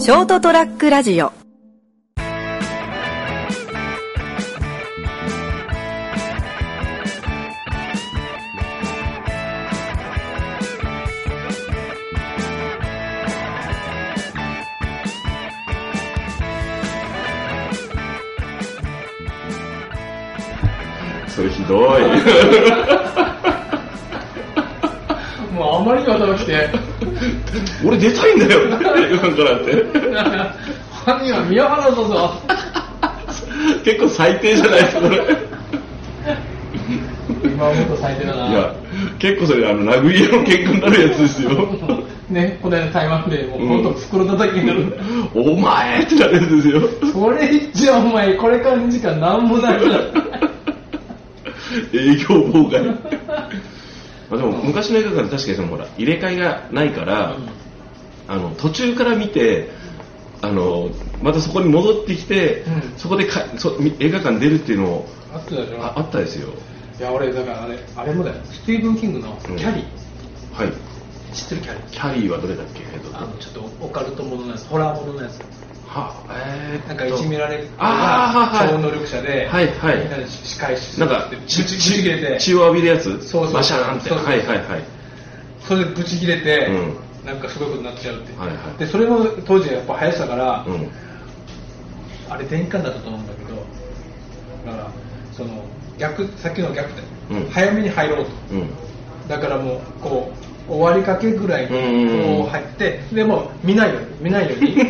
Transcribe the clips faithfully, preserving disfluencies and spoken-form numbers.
ショートトラックラジオ。 それひどいもうあまりにも頭きて俺出たいんだよ映画館からって犯人は宮原だぞ結構最低じゃないですかこれ今思うと最低だな。 いや結構それあの殴り合いの喧嘩になるやつですよね、この間台湾でもう本当袋叩きになる、 うん、お前ってなるやつですよ。 それじゃお前これからにじかんなんもないから営業妨害まあでも昔の映画館確かにそのほら入れ替えがないから、うん、あの途中から見てあのまたそこに戻ってきて、うん、そこでかそ映画館出るっていうのをあったでしょ。 あ, あったですよ。 いや俺だからあれあれもだよ、スティーブン・キングのキャリー、うん、 はい、 知ってるキャリー。 キャリーはどれだっけ？ あのちょっとオカルトもののやつ、ホラーもののやつ。 はえー、 なんかいじめられるが超能力者で、 はいはい、 みんなで仕返しなんかブチブチ切れて血を浴びるやつ、 そうそうバシャーンって、 そうそうはいはいはい、 それでブチ切れて、うん、なんかすごいことになっちゃうって、はいはい、でそれも当時はやっぱ流行ってたから、うん、あれ転換だったと思うんだけど、だからその逆、さっきの逆で、うん、早めに入ろうと、うん、だからもうこう終わりかけぐらいにこう入って、でも見ないように見ないように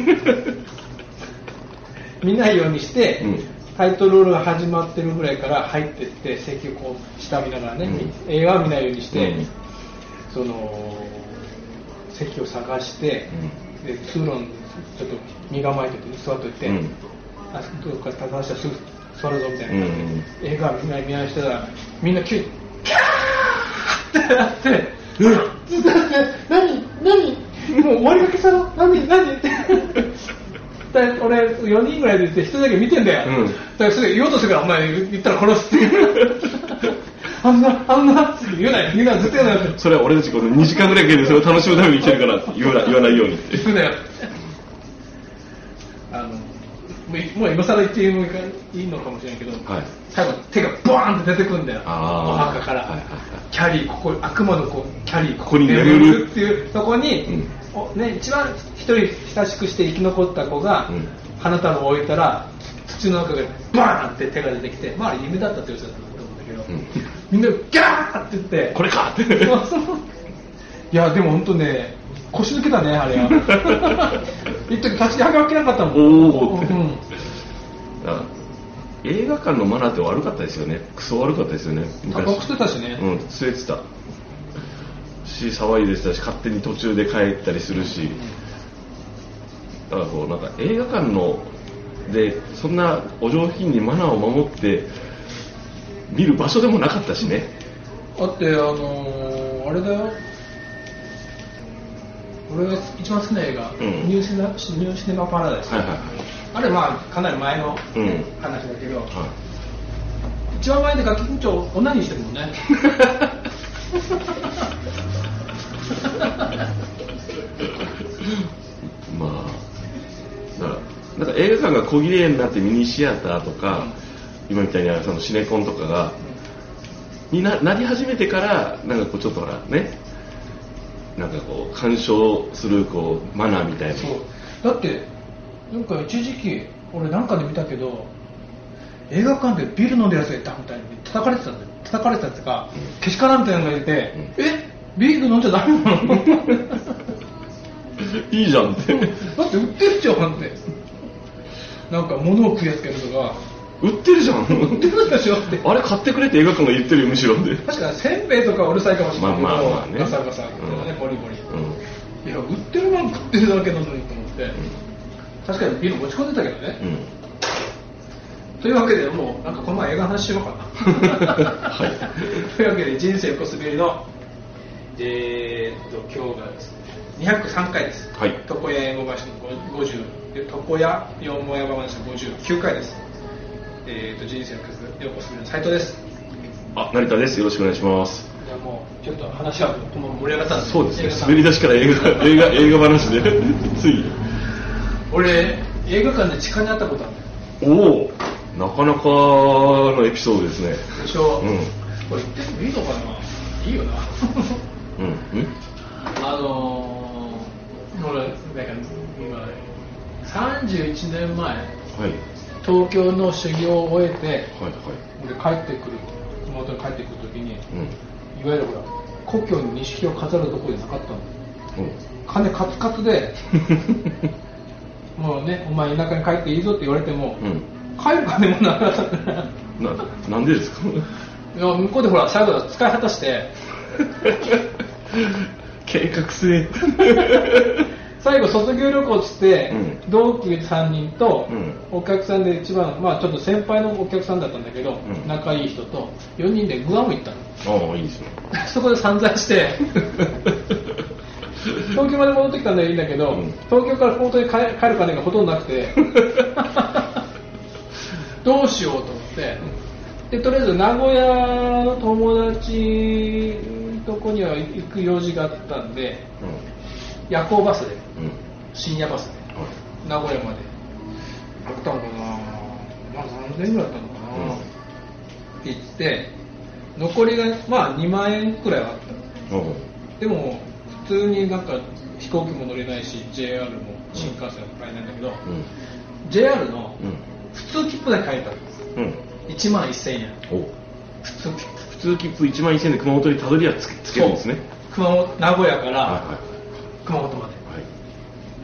見ないようにして、うん、タイトルロールが始まってるぐらいから入ってって席をこう下見ながらね、うん、映画は見ないようにして、うん、その席を探して、うん、で通路にちょっと身構えてて座っといて、うん、あそこから正したらすぐ座るぞみたいな、うん、映画見ない見ないしてたらみんな急にキャーってなってうん、って何何もう終わりかけしたの何何って俺よにんぐらいでひとりだけ見てんだよ、うん、だからすぐ言おうとするからお前言ったら殺すってあんなあんなって言うなよ言うなよ絶対言うなよって、 それは俺たちこのにじかんぐらいかけてそれを楽しむために来てるから言わな言わないようにって言うなよあのもう今更言っていいのかもしれないけど、はい、最後手がボーンって出てくるんだよ、お墓から、はいはいはい、キャリーここ悪魔のこうキャリーここに眠るっていうとこに、うんおね、一番一人親しくして生き残った子が、うん、花束を置いたら土の中でバーンって手が出てきて、まあ夢だったって言ってたと思うんだけど、うん、みんなギャーって言ってこれかっていやでも本当ね腰抜けたねあれは一時立ち上がけなかったもん。 おお、うん、映画館のマナーって悪かったですよね。クソ悪かったですよね。 タバコ吸ってたしね。 うん、吸えてたし騒いでたし勝手に途中で帰ったりするし、だからこうなんか映画館のでそんなお上品にマナーを守って見る場所でもなかったしね。 だってあのー、あれだよ、俺が一番好きな映画、うん、ニューシネマ、ニューシネマパラダイス、はいはいはい、あれまあかなり前の、うん、話だけど、はい、一番前でガキ緊張オナニーしてるもんねまあだからなんか映画館が小切れになってミニシアターとか、うん、今みたいにそのシネコンとかが、うん、に な, なり始めてからなんかこうちょっとほらね、なんかこう干渉するこうマナーみたいな。 そうだってなんか一時期俺なんかで見たけど映画館でビール飲んでるやつがいたみたいに叩かれてたんだよ。叩かれてたやつが、うん、けしからんみたいなのがいて、うん、えビール飲んじゃダメなのいいじゃんってだって売ってるじゃんってなんか物を食うやつがいるとか売ってるじゃん売ってるでしょってあれ買ってくれって映画館が言ってるよむしろで確かにせんべいとかうるさいかもしれないけど、まあまあまあね、ガサガサ、 うんね、ボリボリ、うん、いや売ってるもん食ってるだけなのにと思って、うん、確かにビール持ち込んでたけどね、うん、というわけでもうなんかこの前映画の話しようかな、はい、というわけで人生横滑りのえー、っと今日がにひゃくさんかいです、はい、床屋英語話のごじゅうで床屋よもやま話のごじゅうきゅうかいです、えー、っと人生横滑りの斉藤です。 あ、成田です。よろしくお願いします。 いやもうちょっと話は盛り上がったんです。 そうですね。滑り出しから映画映画映画話でつい。 俺映画館で痴漢にあったことある。おお、なかなかのエピソードですね。 でしょ、 うん、 これ言ってもいいのかな。いいよなうん、うん、 あのー、俺なんか今さんじゅういちねんまえ、はい、東京の修行を終えて、はいはい、で帰ってくる熊本に帰ってくるときに、うん、いわゆるほら故郷に錦を飾るところでなかったの、うん、金カツカツでもうね、お前田舎に帰っていいぞって言われても、うん、帰る金もなかったからな, なんでですか。 いや向こうでほら最後使い果たして計画性最後卒業旅行っつって、うん、同期さんにんと、うん、お客さんで一番、まあ、ちょっと先輩のお客さんだったんだけど、うん、仲いい人とよにんでグアム行ったの。 ああいいですねそこで散財して東京まで戻ってきたんでいいんだけど、うん、東京から本当に帰る金がほとんどなくてどうしようと思ってでとりあえず名古屋の友達のとこには行く用事があったんで、うん、夜行バスで、うん、深夜バスで、うん、名古屋まであったのかな、まあ、さんぜんえんぐらいあったのかな、うん、って言って残りがまあにまんえんくらいはあった、うん、でも普通になんか飛行機も乗れないし ジェイアール も新幹線も買えないんだけど、うん、ジェイアール の普通切符で買えたんです、うん、いちまんせんえん。お普通切符普通切符いちまんせんえんで熊本にたどりはつ け, つけるんですね。 熊本名古屋から熊本まで、はい、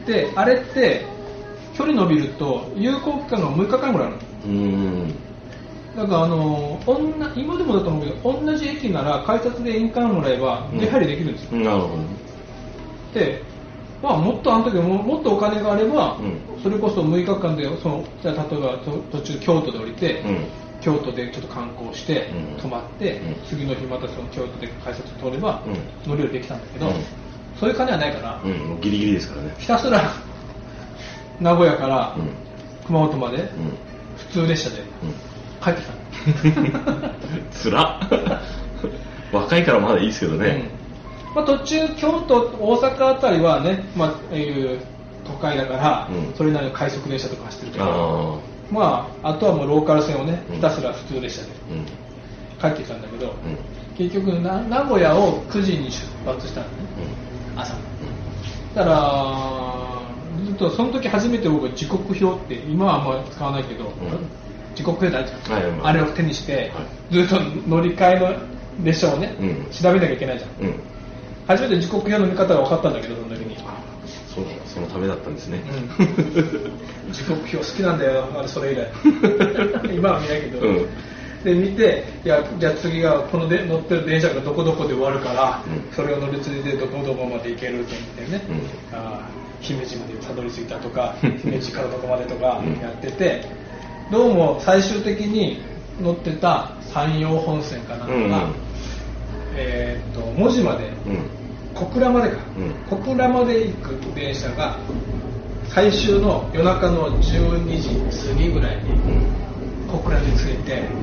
であれって距離伸びると有効期間がむいかかんぐらいあるの。うーんだからあの今でもだと思うけど同じ駅なら改札で印鑑もらえば出入りできるんですよ、うん、なるほど。で、まあ、もっとあの時ももっとお金があれば、うん、それこそむいかかんでそのじゃあ例えば途中京都で降りて、うん、京都でちょっと観光して、うん、泊まって、うん、次の日またその京都で改札通れば、うん、乗り降りできたんだけど、うん、そういう金はないから、 うん、もうギリギリですからね。 ひたすら名古屋から熊本まで、普通列車で、うん帰ってきたつら若いからまだいいですけどね、 うんまあ、途中京都大阪あたりはね、まあ、いう都会だから、うん、それなりの快速電車とか走ってるけどあ,、まあ、あとはもうローカル線をねひたすら普通列車で帰ってきたんだけど、うん、結局な名古屋をくじに出発したのね、うん、朝だからずっとその時初めて僕時刻表って今はあんまり使わないけど、うん時刻表あるじゃん、はいまあ、あれを手にして、はい、ずっと乗り換えの列車をね、うん、調べなきゃいけないじゃん、うん、初めて時刻表の見方が分かったんだけどその時にそうそのためだったんですね、 うん、時刻表好きなんだよあれそれ以来今は見ないけど、うん、で見ていやじゃあ次がこので乗ってる電車がどこどこで終わるから、うん、それを乗り継いでどこどこまで行けるって言ってね、うん、あ姫路までたどり着いたとか姫路からどこまでとかやっててどうも最終的に乗ってた山陽本線かなんかが、うんうんえー、と門司まで、うん、小倉までか、うん、小倉まで行く電車が最終の夜中のじゅうにじ過ぎぐらいに小倉に着いて、うん、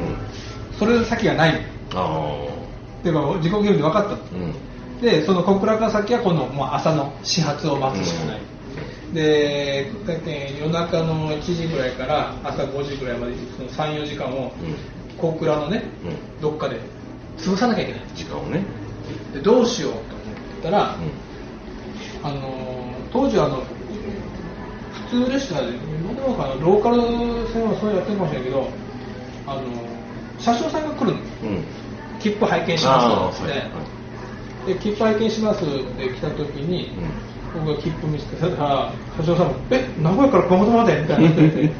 それ先がないっていうか時刻表で分かった、うん、でその小倉から先はこのもう朝の始発を待つしかない、うんでだって夜中のいちじぐらいから朝ごじぐらいまでそのさん、よじかんを小倉のね、うん、どっかで潰さなきゃいけない時間をねでどうしようと思ってたら、うん、あの当時はあの普通列車で今でもかなローカル線はそうやってるかもしれないけどあの車掌さんが来るの、うん、切符拝見しますって、はい、で切符拝見しますって来た時に、うん僕が切符見つけたら社長さんも「え名古屋から熊本まで?」みたいな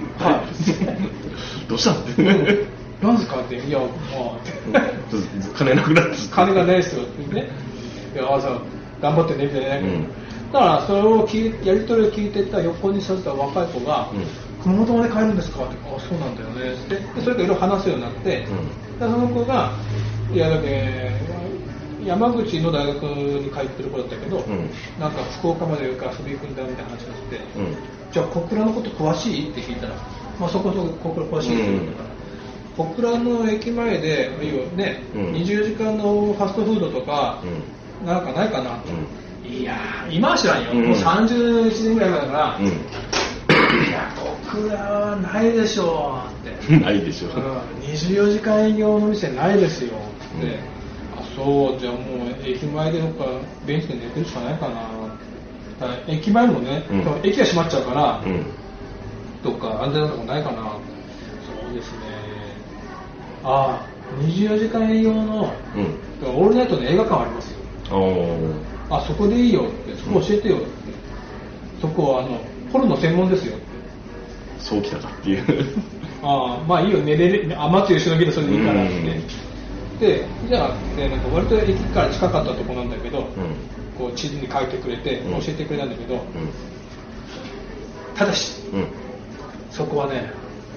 はいどうしたのって、 うん、なんですかって「いやまあ金なくなって金がないですよ」ってね「いやあさ頑張ってね」みたいな、うん、だからそれを聞いやり取りを聞いてた横に座ってた若い子が「うん、熊本まで帰るんですか?」って「あそうなんだよね」ってでそれからいろいろ話すようになって、うん、でその子が「いやだって山口の大学に通ってる子だったけど、うん、なんか福岡まで遊び行くんだみたいな話があって、うん、じゃあ小倉のこと詳しいって聞いたら、まあ、そこそこ小倉詳しいって言うんだから、うん、小倉の駅前でいいよ、ねうん、にじゅうじかんのファストフードとか、うん、なんかないかなと、うん、いやー今は知らんよ、うん、もうさんじゅういちねんぐらい前だから、うん、 いや僕らはないでしょうってないでしょう、 うん、にじゅうよじかん営業の店ないですよって、うん、あそうじゃあもう駅前でどっかベンチで寝てるしかないかな。だから駅前もね、うん、駅が閉まっちゃうから、うん、どっか安全なとこないかな。そうですね、ああにじゅうよじかん営業の、うん、オールナイトの映画館ありますよ。あそこでいいよってそこ教えてよって、うん、そこはあのポルノ専門ですよって。 そうきたかっていうああまあいいよ寝れる雨というしのぎでそれでいいからって、うん、でじゃあ、えー、なんか割と駅から近かったところなんだけど、うん、こう地図に書いてくれて教えてくれたんだけど、うん、ただし、うん、そこはね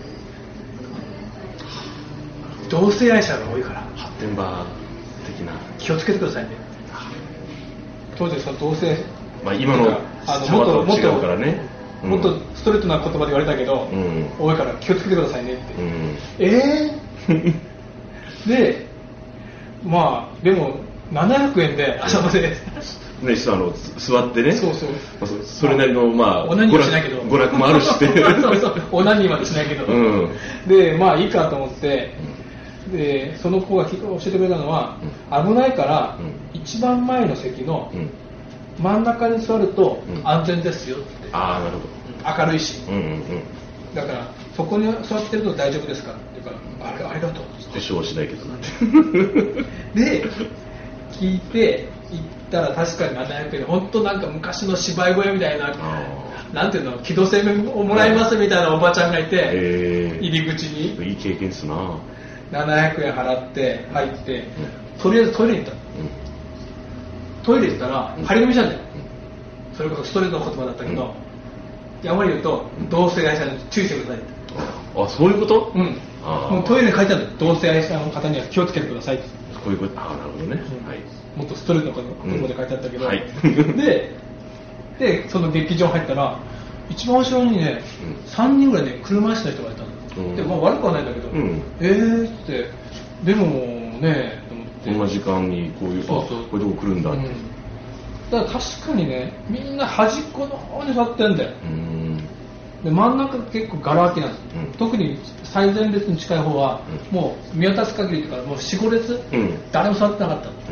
同性愛者が多いから発展場的な気をつけてくださいね。当時その同性、 まあ、今のあのもっともっとからね、 うん、もっとストレートな言葉で言われたけど、うん、多いから気をつけてくださいねって、うん、えーでまあでもななひゃくえんで朝までね、 あの座ってね、 そうそうそれなりのまあオナニーはしないけど娯楽もあるしそうそうオナニーまでしないけど、うん、でまあいいかと思って、でその子が教えてくれたのは、うん、危ないから、うん、一番前の席の真ん中に座ると安全ですよって、うん、 ああなるほど明るいし、 うんうんうん、 だからそこに座ってると大丈夫ですからって言うから あ, ありがとう保証はしないけどなってで聞いて行ったら確かにななひゃくえんで本当なんか昔の芝居小屋みたいななんていうの機動性をもらいますみたいなおばちゃんがいて、えー、入り口にいい経験ですな。 ななひゃくえん払って入って、うん、とりあえずトイレに行った、うん、トイレ行ったら張り紙したんだよ、うん、それこそストレートの言葉だったけど、うん、やまり言うと、うん、同性愛者に注意してくださいって。 あ、そういうこと？ うん。あもうトイレに書いてあるんだよ。同性愛者の方には気をつけてくださいって。 こういうこと。あ、なるほどね、うん、はい。 もっとストレートの言葉で書いてあったけど、 うんはい、 ででその劇場入ったら一番後ろにね、うん、さんにんぐらいね車椅子の人がいたの。でまあ、悪くはないんだけど、うん、えーってでもねと思ってこんな時間にこういうそうそうあこういうとこ来るんだって、うん、 だから確かにねみんな端っこの方に座ってんだよ、うん、で真ん中結構ガラ空きなんです、うん、特に最前列に近い方は、うん、もう見渡す限りというかもう よん,ご 列、うん、誰も座ってなかった、うん、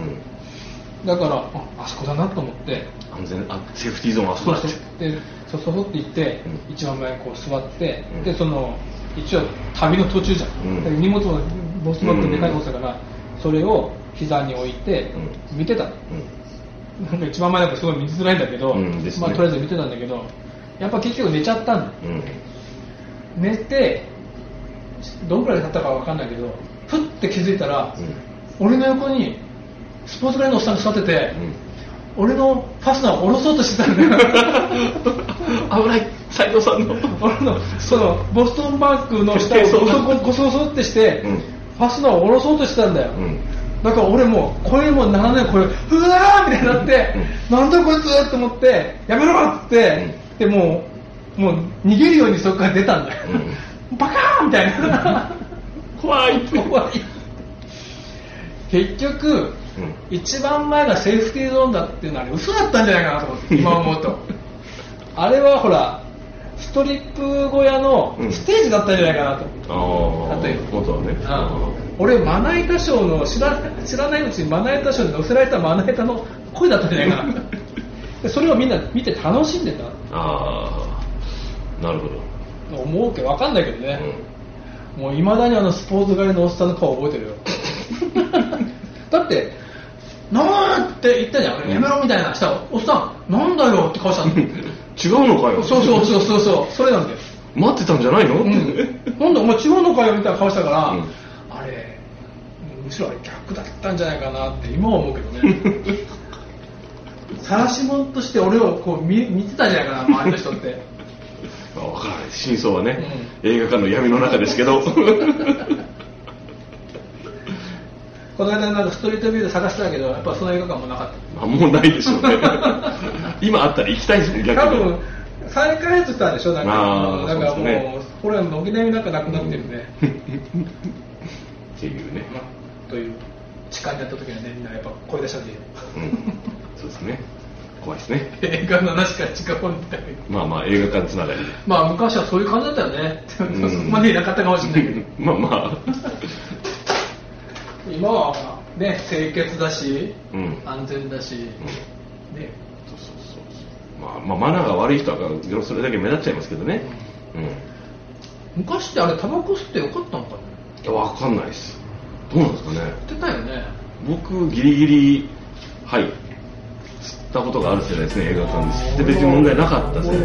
だからああそこだなと思って安全あセーフティーゾーンあそこだってそうそうでそそそって行って、うん、一番前こう座って、うん、でその一応旅の途中じゃん、うん、荷物もボスバッグでかいボスだから、うん、それを膝に置いて見てた、うん、なんか一番前だとすごい見づらいんだけど、うんね、まあ、とりあえず見てたんだけどやっぱ結局寝ちゃったんだ、うん、寝てどんくらい経ったか分かんないけどふって気づいたら、うん、俺の横にスポーツカーのおっさんが座ってて、うん、俺のファスナーを下ろそうとしてたんだよ危ない斉藤さんの俺のそのボストンバッグの下をゴソゴソゴソってして、うん、ファスナーを下ろそうとしてたんだよ、うん、だから俺もう声もならない声うわーみたいになって、うん、なんだこいつと思ってやめろっつって、うん、でもうもう逃げるようにそこから出たんだよ、うん、バカーンみたいな怖い怖い結局、うん、一番前がセーフティーゾーンだっていうのは嘘だったんじゃないかなと思って今思うとあれはほらストリップ小屋のステージだったんじゃないかなと、 うん、例えば本当はね、 俺まな板ショーの知ら、知らないうちにまな板ショーに乗せられたまな板の声だったんじゃないかなでそれをみんな見て楽しんでた。 ああなるほど思うけど分かんないけどね、うん、もういまだにあのスポーツ狩りのおっさんの顔覚えてるよだってなーって言ったじゃん、やめろみたいなしたらおっさんなんだよって顔したの違うのかよそうそうそうそうそうそれなんだよ待ってたんじゃないの、うん、 なんだお前違うのかよみたいな顔したから、うん、あれむしろあれ逆だったんじゃないかなって今は思うけどね晒し者として俺をこう 見, 見てたんじゃないかな周りの人ってまあ、分からない真相はね、うん、映画館の闇の中ですけどこの間なんかストリートビューで探してたけどやっぱその映画館もなかった。 あもうないでしょうね今あったら行きたいですね逆に。 多分再開発したんでしょなんかあだからもう、ね、これは軒並みなんかなくなってるね、うん、 っていうね、まあ、という痴漢になった時はねみんなやっぱ声出したんでいいよ、 うん、そうですね怖いですね。 映画の話から近本みたいな。 まあまあ映画館つながりで。 まあ昔はそういう感じだったよね。そこまでいなかったかもしれないけど。 まあまあ。 今はね、清潔だし、 うん、 安全だし、うん、ね。 そうそうそう。まあまあマナーが悪い人はそれだけ目立っちゃいますけどね。うん。うん、 昔ってあれタバコ吸ってよかったのかね。 いやわかんないです。どうなんですかね。 吸ってたよね。 僕ギリギリはい吸ったことがある世代ですね。映画館で吸って別に問題なかった世代。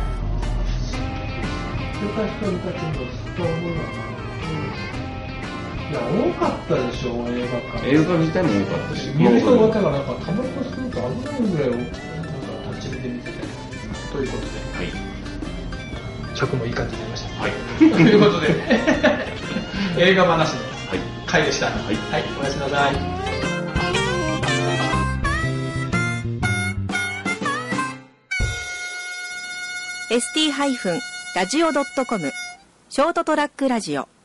いや多かったでしょ映画館。 映画館自体も多かったし。 見る人がいたからなんかタバコ吸うと危ないぐらいなんか立ち見で見てて。ということで。はい。尺もいい感じになりました。はい。ということで映画話の回でした。はい。はい、おやすみなさい。 エスティー ラジオ ドットコム ショートトラックラジオ